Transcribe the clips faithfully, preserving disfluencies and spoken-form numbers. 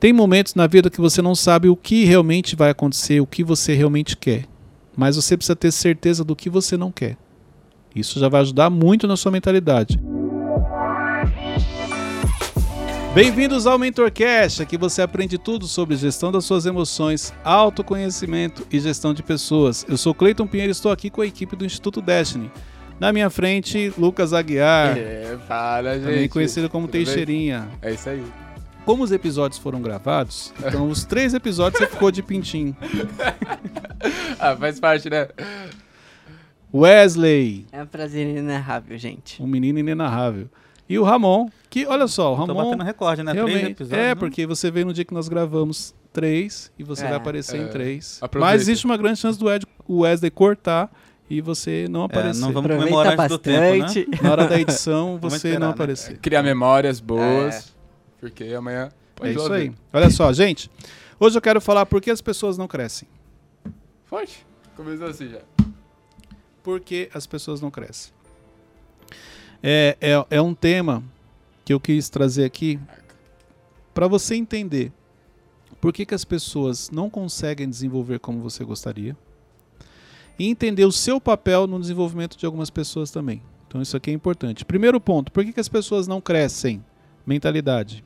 Tem momentos na vida que você não sabe o que realmente vai acontecer, o que você realmente quer. Mas você precisa ter certeza do que você não quer. Isso já vai ajudar muito na sua mentalidade. Bem-vindos ao MentorCast, aqui você aprende tudo sobre gestão das suas emoções, autoconhecimento e gestão de pessoas. Eu sou Cleiton Pinheiro e estou aqui com a equipe do Instituto Destiny. Na minha frente, Lucas Aguiar, é, fala, gente. Também conhecido como Tudo Teixeirinha. bem? É isso aí. Como os episódios foram gravados, então os três episódios você ficou de pintinho. Ah, faz parte, né? Wesley. É um prazer inenarrável, gente. Um menino inenarrável. E o Ramon, que, olha só, o Ramon... Tô batendo recorde, né? Realmente, Três episódios. é, né? porque você veio no dia que nós gravamos três e você É, vai aparecer é, em três. aproveita. Mas existe uma grande chance do Ed, o Wesley cortar e você não É, aparecer. não vamos Aproveita comemorar antes do tempo, bastante. né? Na hora da edição, Vamos você esperar, não né? aparecer. Criar memórias boas, porque amanhã pode É isso ouvir. aí. Olha só, gente. Hoje eu quero falar por que as pessoas não crescem. Forte. Começou assim já. Por que as pessoas não crescem? É, é, é um tema que eu quis trazer aqui para você entender por que, que as pessoas não conseguem desenvolver como você gostaria e entender o seu papel no desenvolvimento de algumas pessoas também. Então isso aqui é importante. Primeiro ponto, por que, que as pessoas não crescem? Mentalidade.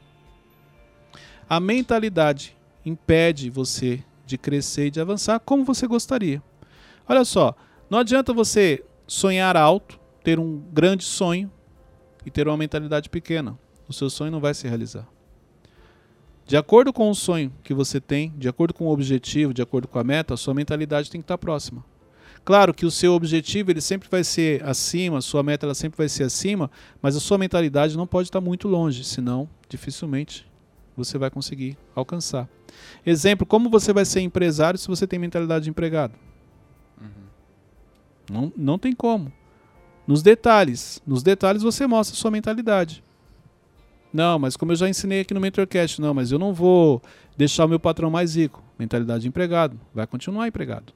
A mentalidade impede você de crescer e de avançar como você gostaria. Olha só, não adianta você sonhar alto, ter um grande sonho e ter uma mentalidade pequena. O seu sonho não vai se realizar. De acordo com o sonho que você tem, de acordo com o objetivo, de acordo com a meta, a sua mentalidade tem que estar próxima. Claro que o seu objetivo ele sempre vai ser acima, a sua meta ela sempre vai ser acima, mas a sua mentalidade não pode estar muito longe, senão dificilmente você vai conseguir alcançar. Exemplo, como você vai ser empresário se você tem mentalidade de empregado? Uhum. Não, não tem como. Nos detalhes, nos detalhes você mostra a sua mentalidade. Não, mas como eu já ensinei aqui no MentorCast, não, mas eu não vou deixar o meu patrão mais rico. Mentalidade de empregado, vai continuar empregado.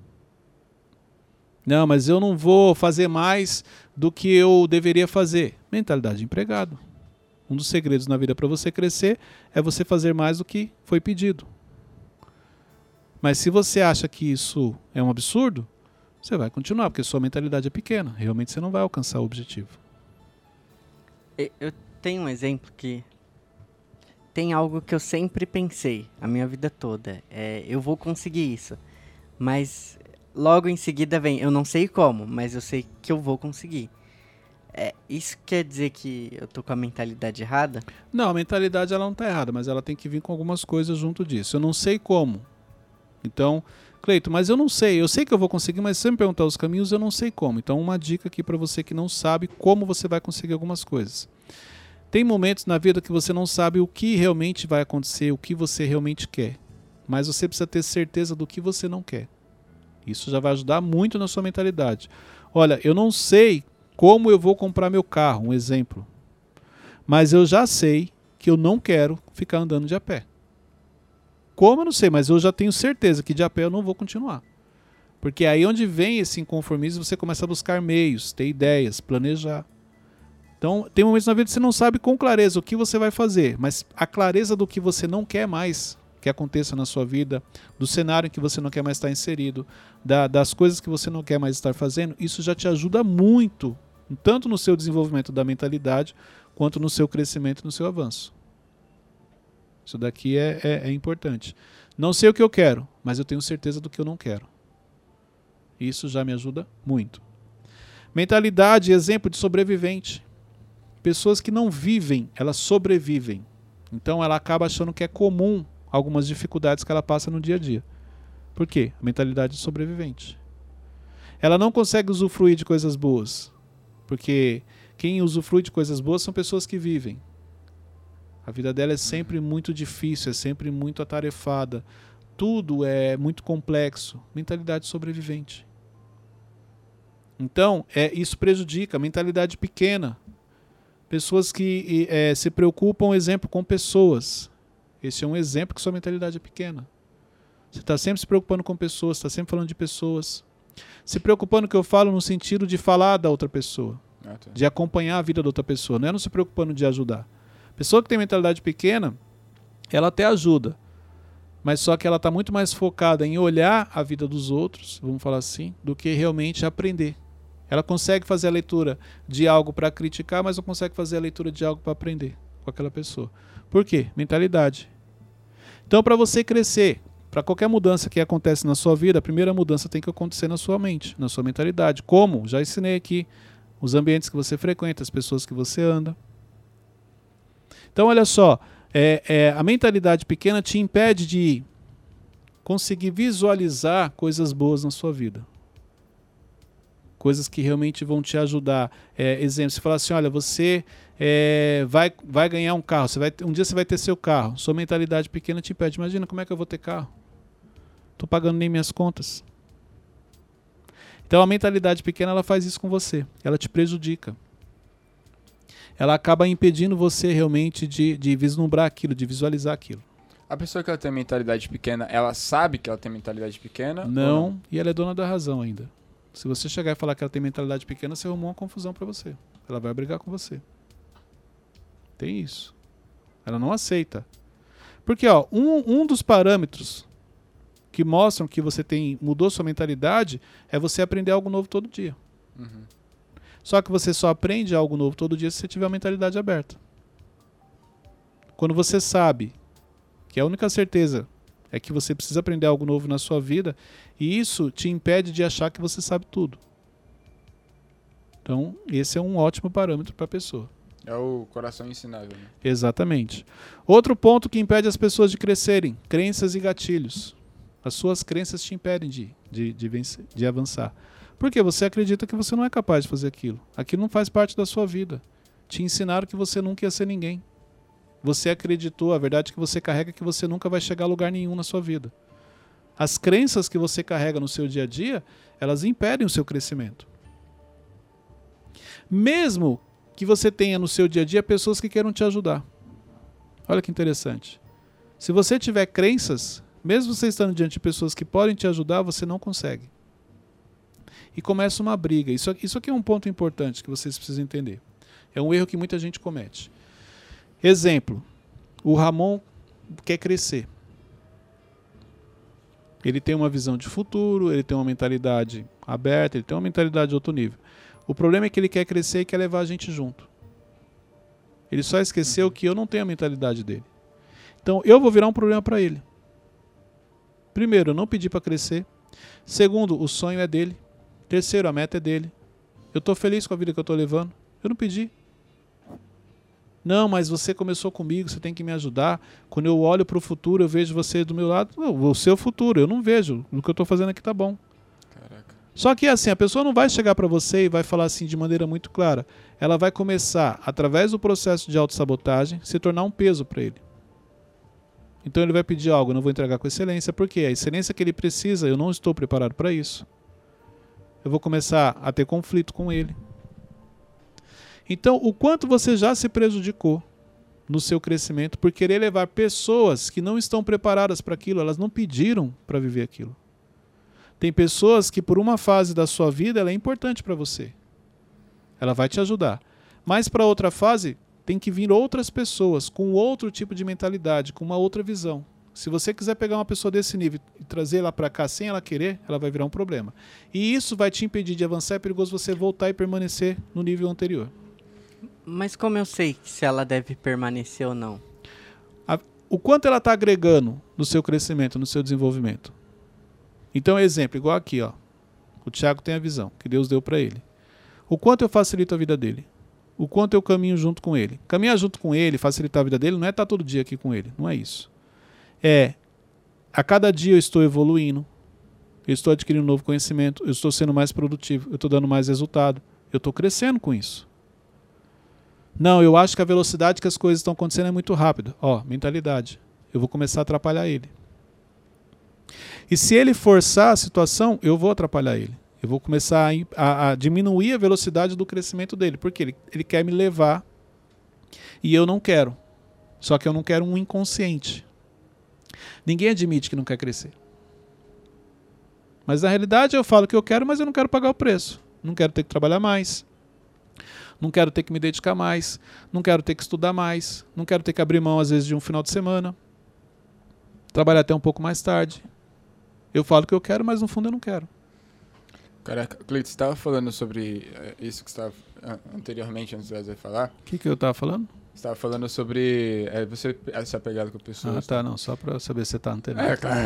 Não, mas eu não vou fazer mais do que eu deveria fazer. Mentalidade de empregado. Um dos segredos na vida para você crescer é você fazer mais do que foi pedido. Mas se você acha que isso é um absurdo, você vai continuar, porque sua mentalidade é pequena. Realmente você não vai alcançar o objetivo. Eu tenho um exemplo que tem algo que eu sempre pensei a minha vida toda. É, eu vou conseguir isso. Mas logo em seguida vem, eu não sei como, mas eu sei que eu vou conseguir. É, isso quer dizer que eu tô com a mentalidade errada? Não, a mentalidade ela não está errada, mas ela tem que vir com algumas coisas junto disso. Eu não sei como. Então, Cleiton, mas eu não sei. Eu sei que eu vou conseguir, mas se você me perguntar os caminhos, eu não sei como. Então, uma dica aqui para você que não sabe como você vai conseguir algumas coisas. Tem momentos na vida que você não sabe o que realmente vai acontecer, o que você realmente quer. Mas você precisa ter certeza do que você não quer. Isso já vai ajudar muito na sua mentalidade. Olha, eu não sei como eu vou comprar meu carro, um exemplo. Mas eu já sei que eu não quero ficar andando de a pé. Como eu não sei, mas eu já tenho certeza que de a pé eu não vou continuar. Porque aí onde vem esse inconformismo, você começa a buscar meios, ter ideias, planejar. Então, tem momentos na vida que você não sabe com clareza o que você vai fazer, mas a clareza do que você não quer mais que aconteça na sua vida, do cenário em que você não quer mais estar inserido, da, das coisas que você não quer mais estar fazendo, isso já te ajuda muito, tanto no seu desenvolvimento da mentalidade, quanto no seu crescimento e no seu avanço. Isso daqui é, é, é importante. Não sei o que eu quero, mas eu tenho certeza do que eu não quero. Isso já me ajuda muito. Mentalidade, exemplo de sobrevivente. Pessoas que não vivem, elas sobrevivem. Então ela acaba achando que é comum algumas dificuldades que ela passa no dia a dia. Por quê? A mentalidade de sobrevivente. Ela não consegue usufruir de coisas boas. Porque quem usufrui de coisas boas são pessoas que vivem. A vida dela é sempre muito difícil, é sempre muito atarefada. Tudo é muito complexo. Mentalidade sobrevivente. Então, é, isso prejudica a mentalidade pequena. Pessoas que é, se preocupam, exemplo, com pessoas. Esse é um exemplo que sua mentalidade é pequena. Você está sempre se preocupando com pessoas, está sempre falando de pessoas. Se preocupando, que eu falo no sentido de falar da outra pessoa. Ah, tá. De acompanhar a vida da outra pessoa. Não é não se preocupando de ajudar. Pessoa que tem mentalidade pequena, ela até ajuda, mas só que ela está muito mais focada em olhar a vida dos outros, vamos falar assim, do que realmente aprender. Ela consegue fazer a leitura de algo para criticar, mas não consegue fazer a leitura de algo para aprender com aquela pessoa. Por quê? Mentalidade. Então, para você crescer, para qualquer mudança que acontece na sua vida, a primeira mudança tem que acontecer na sua mente, na sua mentalidade. Como? Já ensinei aqui. Os ambientes que você frequenta, as pessoas que você anda. Então, olha só, é, é, a mentalidade pequena te impede de conseguir visualizar coisas boas na sua vida. Coisas que realmente vão te ajudar. É, exemplo, você fala assim, olha, você é, vai, vai ganhar um carro, você vai, um dia você vai ter seu carro. Sua mentalidade pequena te impede. Imagina, como é que eu vou ter carro? Estou pagando nem minhas contas. Então a mentalidade pequena ela faz isso com você. Ela te prejudica. Ela acaba impedindo você realmente de, de vislumbrar aquilo, de visualizar aquilo. A pessoa que ela tem mentalidade pequena, ela sabe que ela tem mentalidade pequena? Não, não? E ela é dona da razão ainda. Se você chegar e falar que ela tem mentalidade pequena, você arrumou uma confusão para você. Ela vai brigar com você. Tem isso. Ela não aceita. Porque ó, um, um dos parâmetros que mostram que você tem, mudou sua mentalidade é você aprender algo novo todo dia. Uhum. Só que você só aprende algo novo todo dia se você tiver a mentalidade aberta. Quando você sabe que a única certeza é que você precisa aprender algo novo na sua vida, e isso te impede de achar que você sabe tudo. Então, esse é um ótimo parâmetro para a pessoa. É o coração ensinável, né? Exatamente. Outro ponto que impede as pessoas de crescerem, crenças e gatilhos. As suas crenças te impedem de, de, de, vencer, de avançar. Porque você acredita que você não é capaz de fazer aquilo. Aquilo não faz parte da sua vida. Te ensinaram que você nunca ia ser ninguém. Você acreditou, a verdade é que você carrega que você nunca vai chegar a lugar nenhum na sua vida. As crenças que você carrega no seu dia a dia, elas impedem o seu crescimento. Mesmo que você tenha no seu dia a dia pessoas que queiram te ajudar. Olha que interessante. Se você tiver crenças, mesmo você estando diante de pessoas que podem te ajudar, você não consegue. E começa uma briga. Isso, isso aqui é um ponto importante que vocês precisam entender. É um erro que muita gente comete. Exemplo, o Ramon quer crescer. Ele tem uma visão de futuro, ele tem uma mentalidade aberta, ele tem uma mentalidade de outro nível. O problema é que ele quer crescer e quer levar a gente junto. Ele só esqueceu que eu não tenho a mentalidade dele. Então eu vou virar um problema para ele. Primeiro, eu não pedi para crescer. Segundo, o sonho é dele. Terceiro, a meta é dele. Eu estou feliz com a vida que eu estou levando. Eu não pedi. Não, mas você começou comigo, você tem que me ajudar. Quando eu olho para o futuro, eu vejo você do meu lado. Não, o seu futuro, eu não vejo. O que eu estou fazendo aqui tá bom. Caraca. Só que assim, a pessoa não vai chegar para você e vai falar assim de maneira muito clara. Ela vai começar, através do processo de autossabotagem, se tornar um peso para ele. Então ele vai pedir algo, eu não vou entregar com excelência, porque a excelência que ele precisa, eu não estou preparado para isso. Eu vou começar a ter conflito com ele. Então, o quanto você já se prejudicou no seu crescimento por querer levar pessoas que não estão preparadas para aquilo, elas não pediram para viver aquilo. Tem pessoas que por uma fase da sua vida ela é importante para você. Ela vai te ajudar. Mas para outra fase, tem que vir outras pessoas com outro tipo de mentalidade, com uma outra visão. Se você quiser pegar uma pessoa desse nível e trazer ela para cá sem ela querer, ela vai virar um problema. E isso vai te impedir de avançar, é perigoso você voltar e permanecer no nível anterior. Mas como eu sei se ela deve permanecer ou não? A, o quanto ela está agregando no seu crescimento, no seu desenvolvimento. Então, exemplo, igual aqui, ó. O Thiago tem a visão que Deus deu para ele. O quanto eu facilito a vida dele. O quanto eu caminho junto com ele. Caminhar junto com ele, facilitar a vida dele, não é estar todo dia aqui com ele. Não é isso. É, a cada dia eu estou evoluindo. Eu estou adquirindo um novo conhecimento. Eu estou sendo mais produtivo. Eu estou dando mais resultado. Eu estou crescendo com isso. Não, eu acho que a velocidade que as coisas estão acontecendo é muito rápida. Ó, mentalidade. Eu vou começar a atrapalhar ele. E se ele forçar a situação, eu vou atrapalhar ele. Eu vou começar a, a, a diminuir a velocidade do crescimento dele. Porque ele, ele quer me levar e eu não quero. Só que eu não quero um inconsciente. Ninguém admite que não quer crescer. Mas na realidade eu falo que eu quero, mas eu não quero pagar o preço. Não quero ter que trabalhar mais. Não quero ter que me dedicar mais, não quero ter que estudar mais, não quero ter que abrir mão às vezes de um final de semana. trabalhar até um pouco mais tarde. Eu falo que eu quero, mas no fundo eu não quero. Caraca, Cleiton, você estava falando sobre eh, isso que você estava anteriormente, antes de você falar. O que, que eu estava falando? Você estava falando sobre é, você essa pegada com pessoas. Ah, tá, não, só para saber se você tá antenado. É, claro.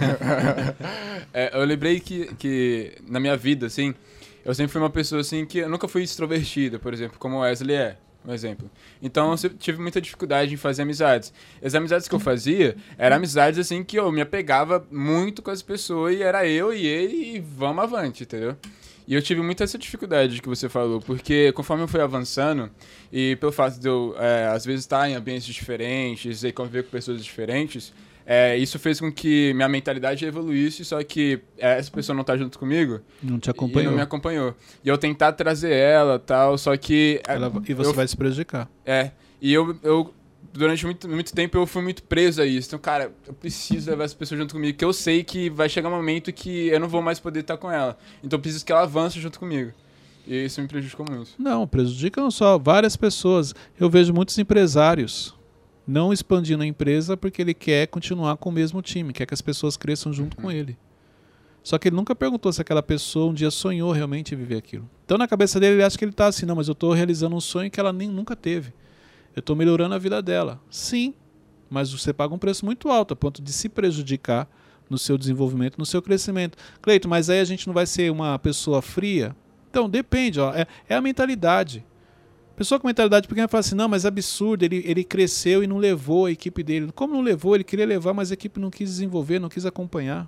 É, eu lembrei que, que na minha vida, assim, eu sempre fui uma pessoa, assim, que eu nunca fui extrovertida, por exemplo, como o Wesley é, um exemplo. Então, eu sempre tive muita dificuldade em fazer amizades. As amizades que eu fazia eram amizades, assim, que eu me apegava muito com as pessoas e era eu e ele e vamos avante, entendeu? E eu tive muita essa dificuldade que você falou, porque conforme eu fui avançando, e pelo fato de eu, é, às vezes, estar em ambientes diferentes e conviver com pessoas diferentes, é, isso fez com que minha mentalidade evoluísse, só que é, essa pessoa não tá junto comigo. Não te E acompanhou. não me acompanhou. E eu tentar trazer ela e tal, só que... é, Ela- e você eu- vai se prejudicar. É, e eu... eu durante muito, muito tempo eu fui muito preso a isso. Então, cara, eu preciso levar essa pessoa junto comigo, que eu sei que vai chegar um momento que eu não vou mais poder estar com ela. Então eu preciso que ela avance junto comigo. E isso me prejudicou muito. Não, prejudica não só várias pessoas. Eu vejo muitos empresários não expandindo a empresa porque ele quer continuar com o mesmo time, quer que as pessoas cresçam junto Uhum. com ele. Só que ele nunca perguntou se aquela pessoa um dia sonhou realmente em viver aquilo. Então na cabeça dele ele acha que ele está assim, não, mas eu estou realizando um sonho que ela nem, nunca teve. Eu estou melhorando a vida dela. Sim, mas você paga um preço muito alto a ponto de se prejudicar no seu desenvolvimento, no seu crescimento. Cleito, mas aí a gente não vai ser uma pessoa fria? Então, depende, ó, é, é a mentalidade. Pessoa com mentalidade pequena fala assim, não, mas é absurdo, ele, ele cresceu e não levou a equipe dele. Como não levou? Ele queria levar, mas a equipe não quis desenvolver, não quis acompanhar.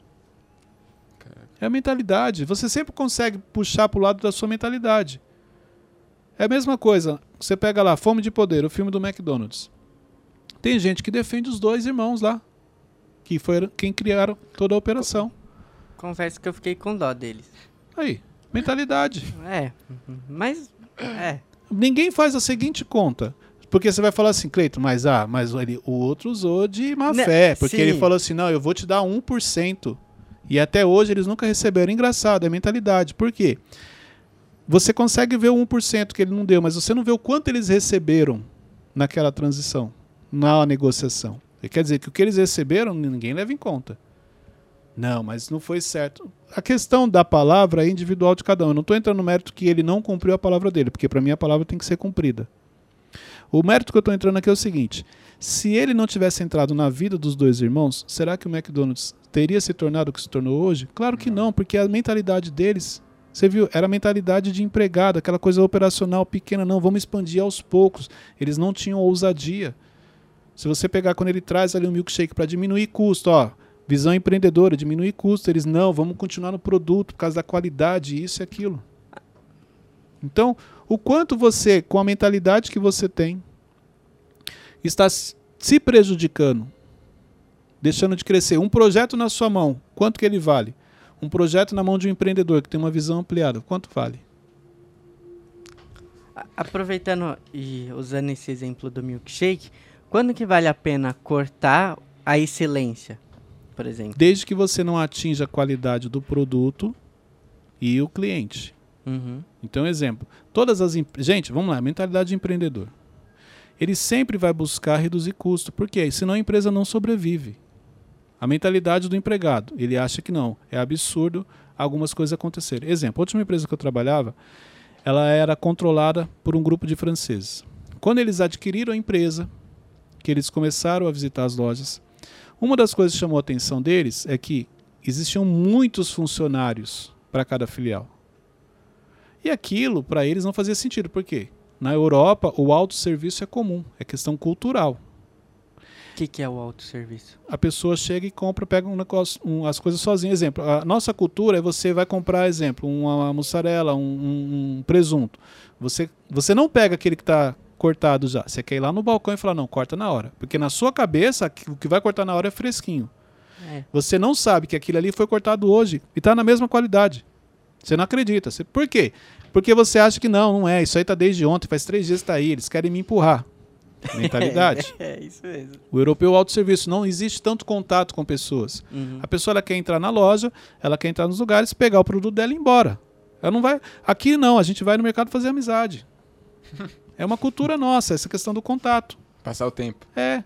É a mentalidade. Você sempre consegue puxar para o lado da sua mentalidade. É a mesma coisa. Você pega lá, Fome de Poder, o filme do McDonald's. Tem gente que defende os dois irmãos lá, que foram quem criaram toda a operação. Confesso que eu fiquei com dó deles. Aí, mentalidade. É, mas... É. Ninguém faz a seguinte conta. Porque você vai falar assim, Cleiton, mas, ah, mas ele, o outro usou de má Né, fé. Porque sim. ele falou assim, não, eu vou te dar um por cento. E até hoje eles nunca receberam. Engraçado, é mentalidade. Por quê? Você consegue ver o um por cento que ele não deu, mas você não vê o quanto eles receberam naquela transição, na negociação. Quer dizer que o que eles receberam, ninguém leva em conta. Não, mas não foi certo. A questão da palavra é individual de cada um. Eu não estou entrando no mérito que ele não cumpriu a palavra dele, porque para mim a palavra tem que ser cumprida. O mérito que eu estou entrando aqui é o seguinte: se ele não tivesse entrado na vida dos dois irmãos, será que o McDonald's teria se tornado o que se tornou hoje? Claro que não, porque a mentalidade deles, você viu, era a mentalidade de empregado, aquela coisa operacional pequena, não, vamos expandir aos poucos. Eles não tinham ousadia. Se você pegar quando ele traz ali um milkshake para diminuir custo, ó, visão empreendedora, diminuir custo, eles não, vamos continuar no produto por causa da qualidade, isso e aquilo. Então, o quanto você, com a mentalidade que você tem, está se prejudicando, deixando de crescer. Um projeto na sua mão, quanto que ele vale? Um projeto na mão de um empreendedor que tem uma visão ampliada, quanto vale? A- Aproveitando e usando esse exemplo do milkshake, quando que vale a pena cortar a excelência, por exemplo? Desde que você não atinja a qualidade do produto e o cliente. Uhum. Então, exemplo, todas as empre- gente, vamos lá, mentalidade de empreendedor. Ele sempre vai buscar reduzir custo, porque senão a empresa não sobrevive. A mentalidade do empregado, ele acha que não, é absurdo algumas coisas acontecerem. Exemplo, a última empresa que eu trabalhava, ela era controlada por um grupo de franceses. Quando eles adquiriram a empresa, que eles começaram a visitar as lojas, uma das coisas que chamou a atenção deles é que existiam muitos funcionários para cada filial. E aquilo, para eles, não fazia sentido. Por quê? Na Europa, o autosserviço é comum, é questão cultural. O que, que é o autosserviço? A pessoa chega e compra, pega um negócio, um, as coisas sozinha. Exemplo, a nossa cultura é você vai comprar, exemplo, uma mussarela, um, um, um presunto. Você, você não pega aquele que está cortado já. Você quer ir lá no balcão e falar, não, corta na hora. Porque na sua cabeça, o que vai cortar na hora é fresquinho. É. Você não sabe que aquilo ali foi cortado hoje e está na mesma qualidade. Você não acredita. Você, por quê? Porque você acha que não, não é. Isso aí está desde ontem, faz três dias que está aí. Eles querem me empurrar. Mentalidade. É, é isso mesmo. O europeu autosserviço, não existe tanto contato com pessoas. Uhum. A pessoa ela quer entrar na loja, ela quer entrar nos lugares, pegar o produto dela e ir embora. Ela não vai. Aqui não, a gente vai no mercado fazer amizade. É uma cultura nossa, essa questão do contato. Passar o tempo. É.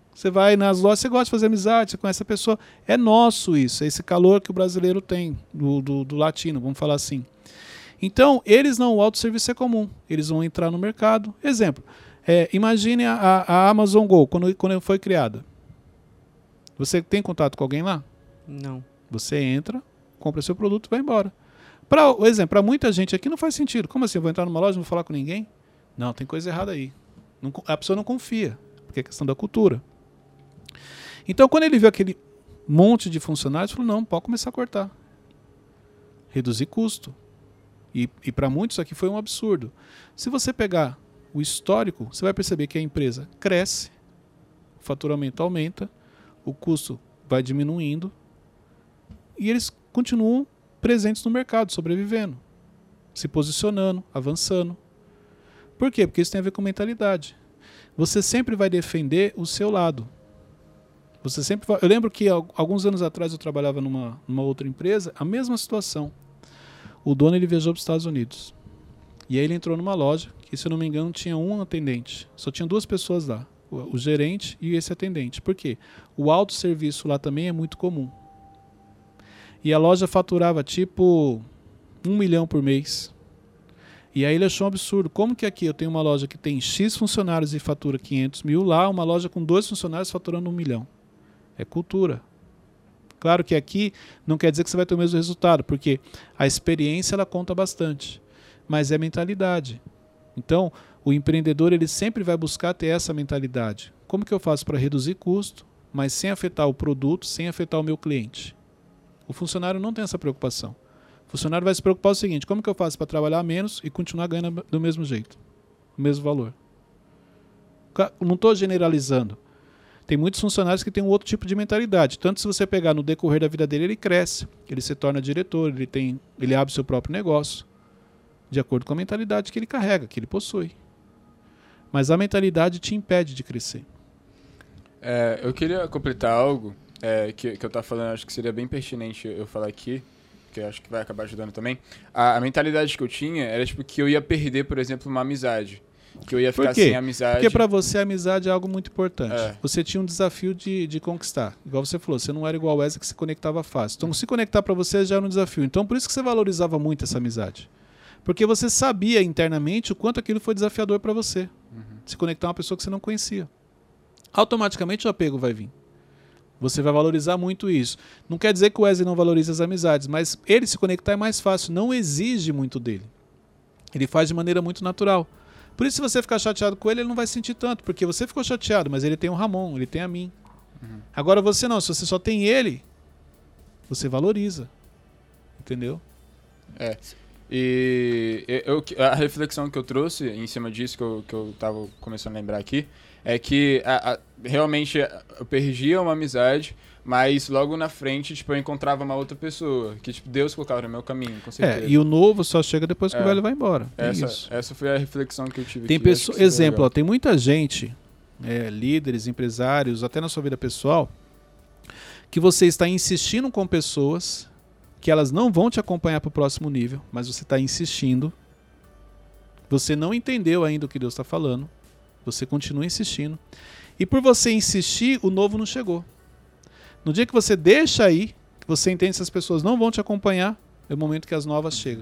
Você vai nas lojas, você gosta de fazer amizade, você conhece a pessoa. É nosso isso, é esse calor que o brasileiro tem, do, do, do latino, vamos falar assim. Então, eles não, o autosserviço é comum. Eles vão entrar no mercado. Exemplo, é, imagine a, a Amazon Go, quando, quando foi criada. Você tem contato com alguém lá? Não. Você entra, compra seu produto e vai embora. Para o exemplo, para muita gente aqui não faz sentido. Como assim? Eu vou entrar numa loja e não vou falar com ninguém? Não, tem coisa errada aí. Não, a pessoa não confia, porque é questão da cultura. Então, quando ele viu aquele monte de funcionários, ele falou, não, pode começar a cortar. Reduzir custo. E, e para muitos isso aqui foi um absurdo. Se você pegar o histórico, você vai perceber que a empresa cresce, o faturamento aumenta, o custo vai diminuindo e eles continuam presentes no mercado, sobrevivendo, se posicionando, avançando. Por quê? Porque isso tem a ver com mentalidade. Você sempre vai defender o seu lado. Você sempre vai... Eu lembro que alguns anos atrás eu trabalhava numa, numa outra empresa, a mesma situação. O dono ele viajou para os Estados Unidos. E aí ele entrou numa loja, que se eu não me engano tinha um atendente. Só tinha duas pessoas lá, o, o gerente e esse atendente. Por quê? O autosserviço lá também é muito comum. E a loja faturava tipo um milhão por mês. E aí ele achou um absurdo. Como que aqui eu tenho uma loja que tem X funcionários e fatura quinhentos mil, lá uma loja com dois funcionários faturando um milhão? É cultura. Claro que aqui não quer dizer que você vai ter o mesmo resultado, porque a experiência ela conta bastante, mas é mentalidade. Então, o empreendedor ele sempre vai buscar ter essa mentalidade. Como que eu faço para reduzir custo, mas sem afetar o produto, sem afetar o meu cliente? O funcionário não tem essa preocupação. O funcionário vai se preocupar com o seguinte, como que eu faço para trabalhar menos e continuar ganhando do mesmo jeito, o mesmo valor? Não estou generalizando. Tem muitos funcionários que têm um outro tipo de mentalidade. Tanto se você pegar no decorrer da vida dele, ele cresce, ele se torna diretor, ele, tem, ele abre seu próprio negócio, de acordo com a mentalidade que ele carrega, que ele possui. Mas a mentalidade te impede de crescer. É, eu queria completar algo é, que, que eu estava falando, acho que seria bem pertinente eu falar aqui, que eu acho que vai acabar ajudando também. A, a mentalidade que eu tinha era tipo, que eu ia perder, por exemplo, uma amizade. Que eu ia ficar sem amizade. Porque para você a amizade é algo muito importante. É. Você tinha um desafio de, de conquistar. Igual você falou, você não era igual o Wesley que se conectava fácil. Então se conectar para você já era um desafio. Então por isso que você valorizava muito essa amizade. Porque você sabia internamente o quanto aquilo foi desafiador para você. Uhum. Se conectar a uma pessoa que você não conhecia. Automaticamente o apego vai vir. Você vai valorizar muito isso. Não quer dizer que o Wesley não valoriza as amizades, mas ele se conectar é mais fácil. Não exige muito dele. Ele faz de maneira muito natural. Por isso, se você ficar chateado com ele, ele não vai sentir tanto, porque você ficou chateado, mas ele tem o Ramon, ele tem a mim. Uhum. Agora você não, se você só tem ele, você valoriza. Entendeu? É. E eu, a reflexão que eu trouxe em cima disso, que eu, que eu tava começando a lembrar aqui, é que a, a, realmente eu perdia uma amizade, mas logo na frente, tipo, eu encontrava uma outra pessoa, que tipo, Deus colocava no meu caminho, com certeza. É, e o novo só chega depois que é. o velho vai embora. É essa, isso. essa foi a reflexão que eu tive tem aqui. Pessoa, exemplo, ó, tem muita gente, é, líderes, empresários, até na sua vida pessoal, que você está insistindo com pessoas que elas não vão te acompanhar para o próximo nível, mas você está insistindo, você não entendeu ainda o que Deus está falando, você continua insistindo, e por você insistir, o novo não chegou. No dia que você deixa aí, que você entende que essas pessoas não vão te acompanhar, é o momento que as novas chegam.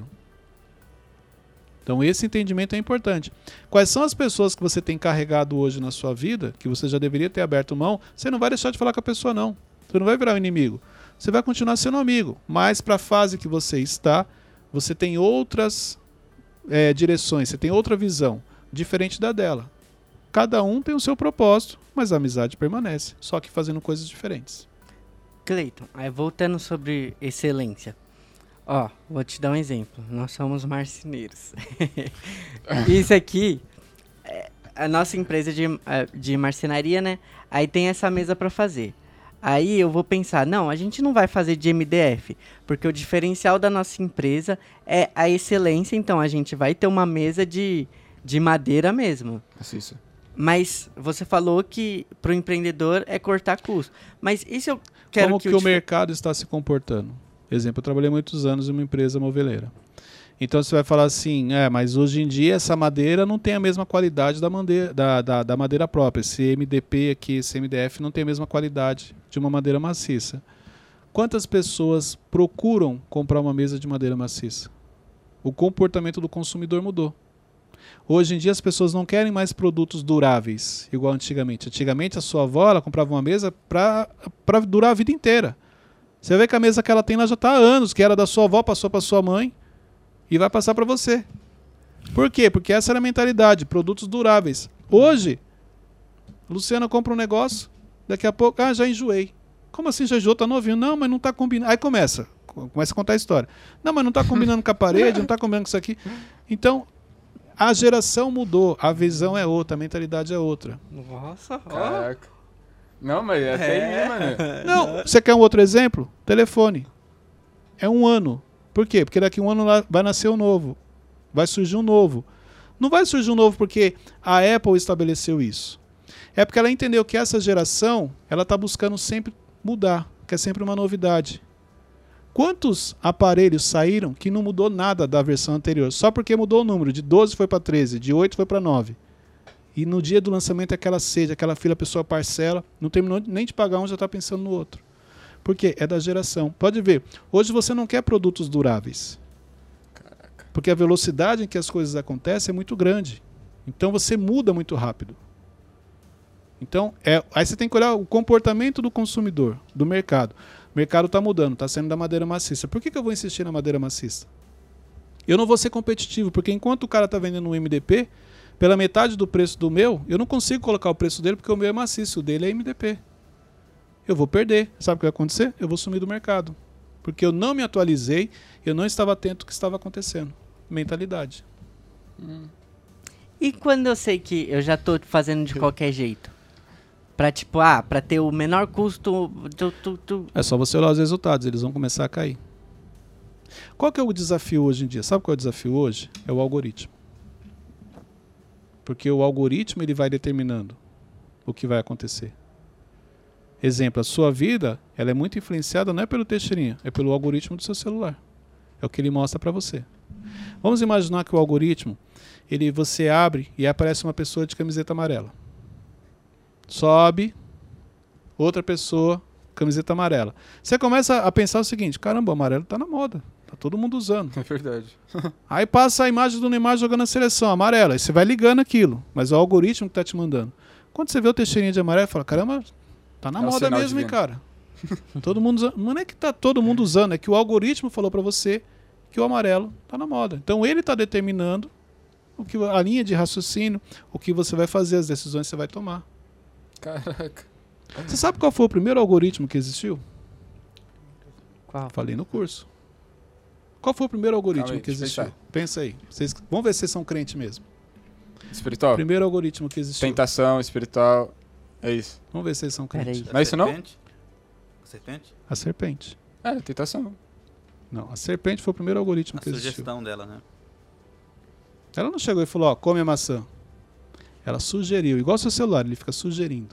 Então esse entendimento é importante. Quais são as pessoas que você tem carregado hoje na sua vida, que você já deveria ter aberto mão, você não vai deixar de falar com a pessoa não. Você não vai virar um inimigo. Você vai continuar sendo amigo. Mas para a fase que você está, você tem outras é, direções, você tem outra visão, diferente da dela. Cada um tem o seu propósito, mas a amizade permanece, só que fazendo coisas diferentes. Cleiton, aí voltando sobre excelência. Ó, vou te dar um exemplo. Nós somos marceneiros. Isso aqui, é a nossa empresa de, de marcenaria, né? Aí tem essa mesa para fazer. Aí eu vou pensar, não, a gente não vai fazer de M D F, porque o diferencial da nossa empresa é a excelência, então a gente vai ter uma mesa de, de madeira mesmo. Isso. Mas você falou que para o empreendedor é cortar custo. Mas e se eu quero Como que, que o, o mercado está se comportando? Exemplo, eu trabalhei muitos anos em uma empresa moveleira. Então você vai falar assim, é, mas hoje em dia essa madeira não tem a mesma qualidade da madeira, da, da, da madeira própria. Esse M D P aqui, esse M D F não tem a mesma qualidade de uma madeira maciça. Quantas pessoas procuram comprar uma mesa de madeira maciça? O comportamento do consumidor mudou. Hoje em dia as pessoas não querem mais produtos duráveis, igual antigamente. Antigamente a sua avó ela comprava uma mesa para durar a vida inteira. Você vê que a mesa que ela tem lá já está há anos, que era da sua avó, passou para sua mãe e vai passar para você. Por quê? Porque essa era a mentalidade, produtos duráveis. Hoje, Luciana compra um negócio, daqui a pouco, ah, já enjoei. Como assim já enjoou? Tá novinho? Não, mas não está combinando. Aí começa, começa a contar a história. Não, mas não está combinando com a parede, não está combinando com isso aqui. Então, a geração mudou, a visão é outra, a mentalidade é outra. Nossa, ó. Caraca. Não, mas é até É. aí, mano. Não, você quer um outro exemplo? Telefone. É um ano. Por quê? Porque daqui a um ano lá vai nascer um novo. Vai surgir um novo. Não vai surgir um novo porque a Apple estabeleceu isso. É porque ela entendeu que essa geração ela está buscando sempre mudar, que é sempre uma novidade. Quantos aparelhos saíram que não mudou nada da versão anterior? Só porque mudou o número. De doze foi para treze, de oito foi para nove. E no dia do lançamento é aquela sede, aquela fila, a pessoa parcela, não terminou nem de pagar um, já está pensando no outro. Por quê? É da geração. Pode ver, hoje você não quer produtos duráveis. Caraca. Porque a velocidade em que as coisas acontecem é muito grande. Então você muda muito rápido. Então, é, aí você tem que olhar o comportamento do consumidor, do mercado. O mercado está mudando, está saindo da madeira maciça. Por que, que eu vou insistir na madeira maciça? Eu não vou ser competitivo, porque enquanto o cara está vendendo um M D P, pela metade do preço do meu, eu não consigo colocar o preço dele porque o meu é maciço, o dele é M D P. Eu vou perder. Sabe o que vai acontecer? Eu vou sumir do mercado. Porque eu não me atualizei, eu não estava atento ao que estava acontecendo. Mentalidade. Hum. E quando eu sei que eu já tô fazendo de qualquer jeito? Pra tipo, ah, pra ter o menor custo. Tu, tu, tu. É só você olhar os resultados, eles vão começar a cair. Qual que é o desafio hoje em dia? Sabe qual é o desafio hoje? É o algoritmo. Porque o algoritmo ele vai determinando o que vai acontecer. Exemplo, a sua vida ela é muito influenciada não é pelo Teixeirinha, é pelo algoritmo do seu celular. É o que ele mostra para você. Vamos imaginar que o algoritmo, ele, você abre e aparece uma pessoa de camiseta amarela. Sobe, outra pessoa, camiseta amarela. Você começa a pensar o seguinte, caramba, o amarelo está na moda. Tá todo mundo usando. É verdade. Aí passa a imagem do Neymar jogando a seleção amarela. Aí você vai ligando aquilo. Mas é o algoritmo que tá te mandando. Quando você vê o Teixeirinha de amarelo, fala, caramba, tá na É um moda sinal mesmo, hein, divino. cara. Todo mundo usando. Não é que tá todo mundo usando, é que o algoritmo falou pra você que o amarelo tá na moda. Então ele tá determinando o que, a linha de raciocínio, o que você vai fazer, as decisões que você vai tomar. Caraca. Você sabe qual foi o primeiro algoritmo que existiu? Qual? Falei no curso. Qual foi o primeiro algoritmo Calma aí, que deixa eu existiu? pensar. Pensa aí. Vocês, vamos ver se vocês são crentes mesmo. Espiritual. Primeiro algoritmo que existiu. Tentação, espiritual. É isso. Vamos ver se vocês são crentes. Peraí. Não é isso não? Serpente? Serpente? A serpente. É, tentação. Não, a serpente foi o primeiro algoritmo A que existiu. sugestão dela, né? Ela não chegou e falou, ó, come a maçã. Ela sugeriu, igual seu celular, ele fica sugerindo.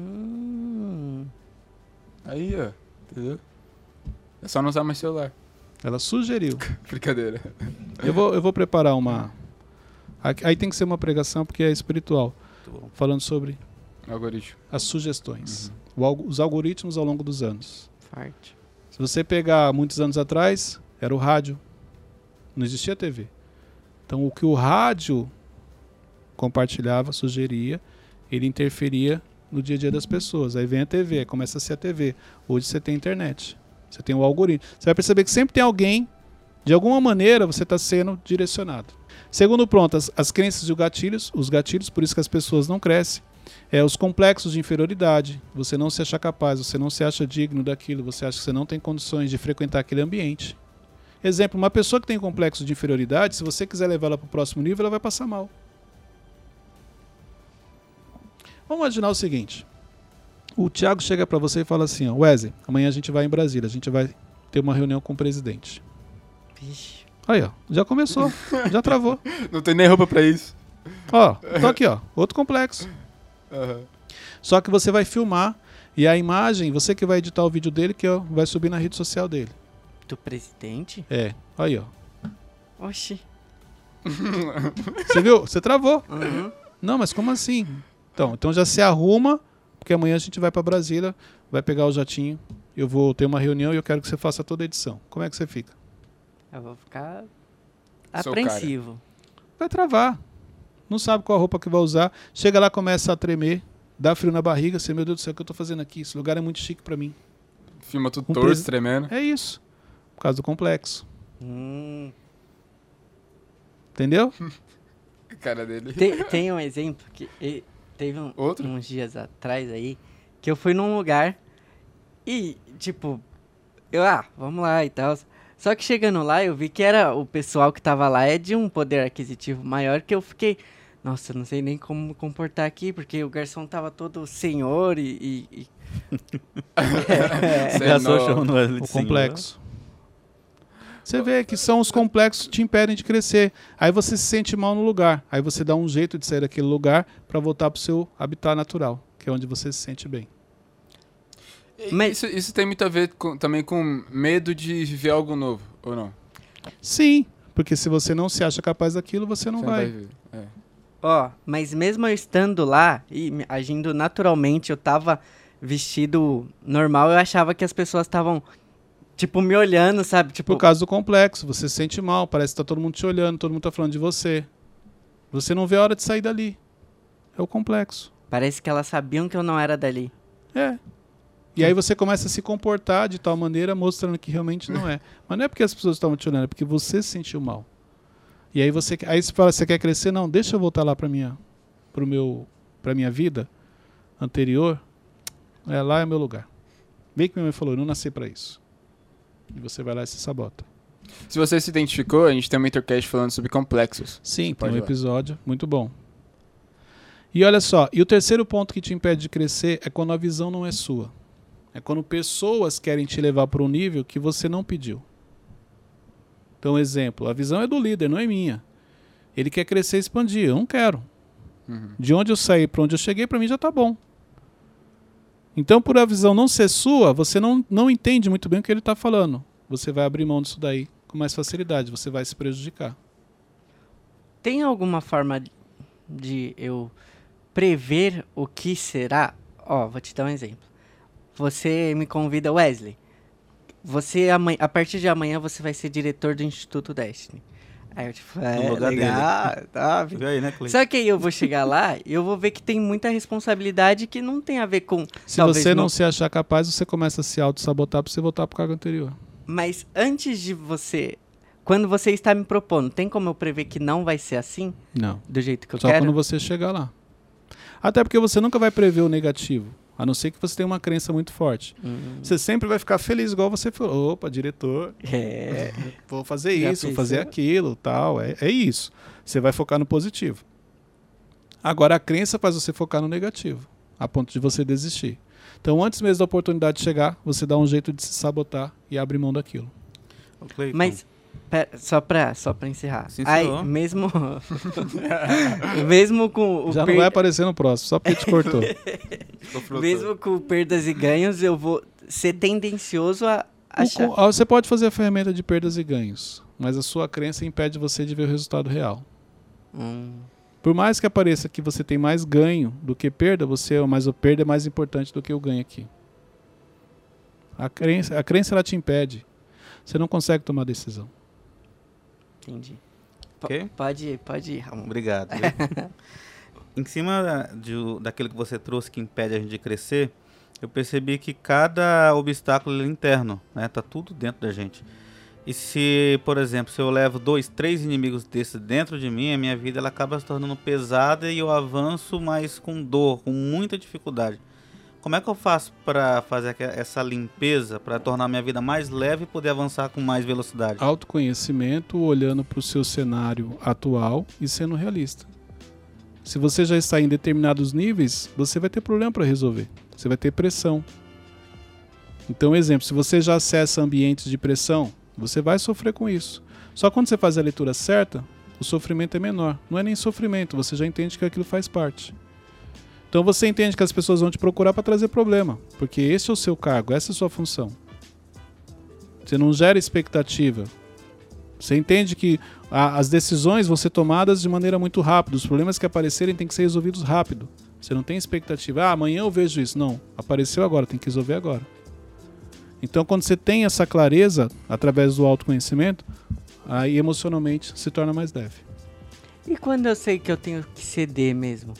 Hum. Aí, ó. Entendeu? É só não usar mais celular. Ela sugeriu. Brincadeira. Eu vou, eu vou preparar uma... Aí tem que ser uma pregação porque é espiritual. Muito bom. Falando sobre Algoritmo. as sugestões. O alg- os algoritmos ao longo dos anos. Forte. Se você pegar muitos anos atrás, era o rádio. Não existia T V. Então o que o rádio compartilhava, sugeria, ele interferia no dia a dia das pessoas. Aí vem a T V, aí começa a ser a T V. Hoje você tem a internet. Você tem o algoritmo. Você vai perceber que sempre tem alguém, de alguma maneira, você está sendo direcionado. Segundo ponto, as, as crenças e os gatilhos, os gatilhos, por isso que as pessoas não crescem, é os complexos de inferioridade. Você não se acha capaz, você não se acha digno daquilo, você acha que você não tem condições de frequentar aquele ambiente. Exemplo, uma pessoa que tem complexo de inferioridade, se você quiser levar ela para o próximo nível, ela vai passar mal. Vamos imaginar o seguinte. O Thiago chega para você e fala assim, ó, Wesley, amanhã a gente vai em Brasília, a gente vai ter uma reunião com o presidente. Vixe. Aí, ó, já começou, já travou. Não tem nem roupa pra isso. Ó, tô aqui, ó, outro complexo. Aham. Só que você vai filmar e a imagem, você que vai editar o vídeo dele, que ó, vai subir na rede social dele. Do presidente? É, aí, ó. Oxi. Você viu? Você travou. Uhum. Não, mas como assim? Então, então já se arruma, porque amanhã a gente vai para Brasília, vai pegar o jatinho, eu vou ter uma reunião e eu quero que você faça toda a edição. Como é que você fica? Eu vou ficar Sou apreensivo. Vai travar. Não sabe qual roupa que vai usar. Chega lá, começa a tremer, dá frio na barriga, você, meu Deus do céu, o que eu tô fazendo aqui? Esse lugar é muito chique para mim. Filma tudo Um torto, pres- tremendo. É isso. Por causa do complexo. Hum. Entendeu? A cara dele. Tem, tem um exemplo que e- teve um- Outro? uns dias atrás aí que eu fui num lugar e, tipo, eu, ah, vamos lá e tal. Só que chegando lá, eu vi que era o pessoal que tava lá é de um poder aquisitivo maior que eu fiquei, nossa, eu não sei nem como me comportar aqui, porque o garçom tava todo senhor e... e- e- Você Já é sou no- chamando ele de O senhor. complexo. Você vê que são os complexos que te impedem de crescer. Aí você se sente mal no lugar. Aí você dá um jeito de sair daquele lugar para voltar para o seu habitat natural, que é onde você se sente bem. E Mas- Isso, isso tem muito a ver com- também com medo de viver algo novo, ou não? Sim, porque se você não se acha capaz daquilo, você não Você vai. viver. É. Ó, mas mesmo eu estando lá e me- agindo naturalmente, eu tava vestido normal, eu achava que as pessoas estavam, tipo, me olhando, sabe? Tipo, Por causa do complexo, você se sente mal, parece que tá todo mundo te olhando, todo mundo tá falando de você. Você não vê a hora de sair dali. É o complexo. parece que elas sabiam que eu não era dali. É. E aí você começa a se comportar de tal maneira, mostrando que realmente não é. Mas não é porque as pessoas estavam te olhando, é porque você se sentiu mal. E aí você, aí você fala, você quer crescer? Não, deixa eu voltar lá para minha, pro meu, para minha vida anterior. É, lá é meu lugar. Bem que minha mãe falou, eu não nasci para isso. E você vai lá e se sabota. Se você se identificou, a gente tem um Mentorcast falando sobre complexos. Sim, tem pode um ir lá. episódio muito bom. E olha só, e o terceiro ponto que te impede de crescer é quando a visão não é sua. É quando pessoas querem te levar para um nível que você não pediu. Então, exemplo, a visão é do líder, não é minha. Ele quer crescer e expandir, eu não quero. Uhum. De onde eu saí para onde eu cheguei, para mim já tá bom. Então, por a visão não ser sua, você não, não entende muito bem o que ele está falando. Você vai abrir mão disso daí com mais facilidade, você vai se prejudicar. Tem alguma forma de eu prever o que será? Ó, vou te dar um exemplo. Você me convida, Wesley. Você, amanhã, a partir de amanhã, você vai ser diretor do Instituto Destiny. Aí eu tipo, é, lugar legal, tá. Viu aí, né, Cleiton? Só que aí eu vou chegar lá e eu vou ver que tem muita responsabilidade que não tem a ver com... Se talvez você não se achar capaz, você começa a se auto-sabotar para você voltar para o cargo anterior. Mas antes de você... Quando você está me propondo, tem como eu prever que não vai ser assim? Não. Do jeito que eu Só quero? quando você chegar lá. Até porque você nunca vai prever o negativo. A não ser que você tenha uma crença muito forte. Hum, Você sempre vai ficar feliz, igual você falou. Opa, diretor, é... vou fazer Já isso, vou pensou? fazer aquilo, tal. É, é isso. Você vai focar no positivo. Agora, a crença faz você focar no negativo, a ponto de você desistir. Então, antes mesmo da oportunidade chegar, você dá um jeito de se sabotar e abre mão daquilo. Ô, Cleiton, Mas, pera, só, pra, só pra encerrar. Sim, Aí, senhor. mesmo... mesmo com o Já per- não vai aparecer no próximo, só porque te cortou. ficou fruto. Mesmo com perdas e ganhos, eu vou ser tendencioso a O achar... co- ah, Você pode fazer a ferramenta de perdas e ganhos, mas a sua crença impede você de ver o resultado real. Hum, Por mais que apareça que você tem mais ganho do que perda, você, mas o perda é mais importante do que o ganho aqui. A crença, a crença ela te impede. Você não consegue tomar decisão. entendi. P- Ok? Pode, pode ir, Ramon. Obrigado. viu? Em cima de, daquilo que você trouxe que impede a gente de crescer, eu percebi que cada obstáculo ele é interno, né? Tá tudo dentro da gente. E se, por exemplo, se eu levo dois, três inimigos desses dentro de mim, a minha vida ela acaba se tornando pesada e eu avanço, mas com dor, com muita dificuldade. Como é que eu faço para fazer aqua- essa limpeza, para tornar a minha vida mais leve e poder avançar com mais velocidade? Autoconhecimento, olhando para o seu cenário atual e sendo realista. Se você já está em determinados níveis, você vai ter problema para resolver. Você vai ter pressão. Então, exemplo, se você já acessa ambientes de pressão, você vai sofrer com isso. Só quando você faz a leitura certa, o sofrimento é menor. Não é nem sofrimento, você já entende que aquilo faz parte. Então você entende que as pessoas vão te procurar para trazer problema, porque esse é o seu cargo, essa é a sua função. Você não gera expectativa. Você entende que a, as decisões vão ser tomadas de maneira muito rápida. Os problemas que aparecerem têm que ser resolvidos rápido. Você não tem expectativa, ah, amanhã eu vejo isso. Não, apareceu agora, tem que resolver agora. Então, quando você tem essa clareza, através do autoconhecimento, aí emocionalmente se torna mais leve. E quando eu sei que eu tenho que ceder mesmo?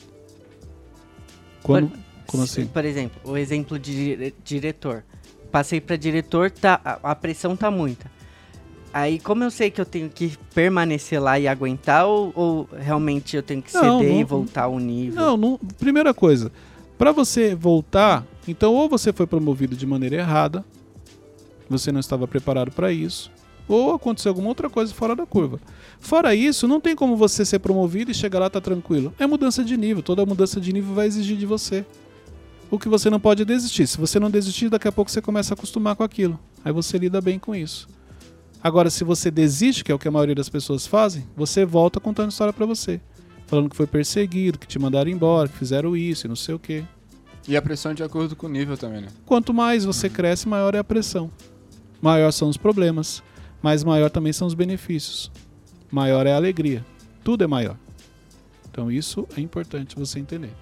Quando, por, como assim? Por exemplo, o exemplo de dire- diretor. Passei para diretor, tá, a, a pressão tá muita. Aí, como eu sei que eu tenho que permanecer lá e aguentar, ou, ou realmente eu tenho que ceder Não, não, e voltar ao nível? Não, não, primeira coisa, para você voltar, então ou você foi promovido de maneira errada, você não estava preparado para isso, ou aconteceu alguma outra coisa fora da curva. Fora isso, não tem como você ser promovido e chegar lá e tá tranquilo. É mudança de nível, toda mudança de nível vai exigir de você. O que você não pode é desistir. Se você não desistir, daqui a pouco você começa a acostumar com aquilo. Aí você lida bem com isso. Agora, se você desiste, que é o que a maioria das pessoas fazem, você volta contando história pra você. Falando que foi perseguido, que te mandaram embora, que fizeram isso e não sei o quê. E a pressão de acordo com o nível também, né? Quanto mais você cresce, maior é a pressão. Maior são os problemas, mas maior também são os benefícios. Maior é a alegria. Tudo é maior. Então isso é importante você entender.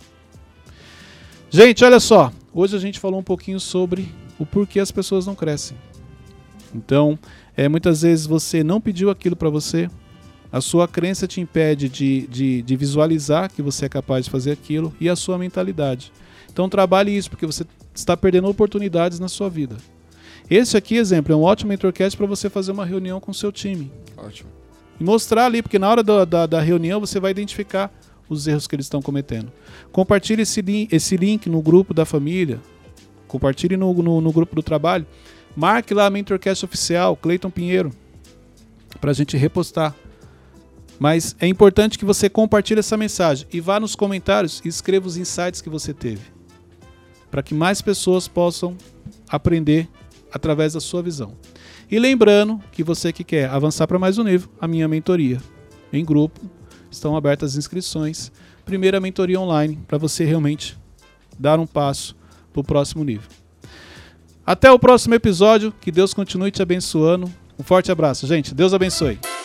Gente, olha só. Hoje a gente falou um pouquinho sobre o porquê as pessoas não crescem. Então, é, muitas vezes você não pediu aquilo para você, a sua crença te impede de, de, de visualizar que você é capaz de fazer aquilo e a sua mentalidade. Então trabalhe isso, porque você está perdendo oportunidades na sua vida. Esse aqui, exemplo, é um ótimo mentorcast para você fazer uma reunião com o seu time. Ótimo. E mostrar ali, porque na hora da, da, da reunião você vai identificar os erros que eles estão cometendo. Compartilhe esse, li- esse link no grupo da família, compartilhe no, no, no grupo do trabalho. Marque lá a Mentorcast Oficial, Cleiton Pinheiro, para a gente repostar. Mas é importante que você compartilhe essa mensagem e vá nos comentários e escreva os insights que você teve, para que mais pessoas possam aprender através da sua visão. E lembrando que você que quer avançar para mais um nível, a minha mentoria em grupo, estão abertas as inscrições. Primeira mentoria online, para você realmente dar um passo para o próximo nível. Até o próximo episódio, que Deus continue te abençoando. Um forte abraço, gente. Deus abençoe.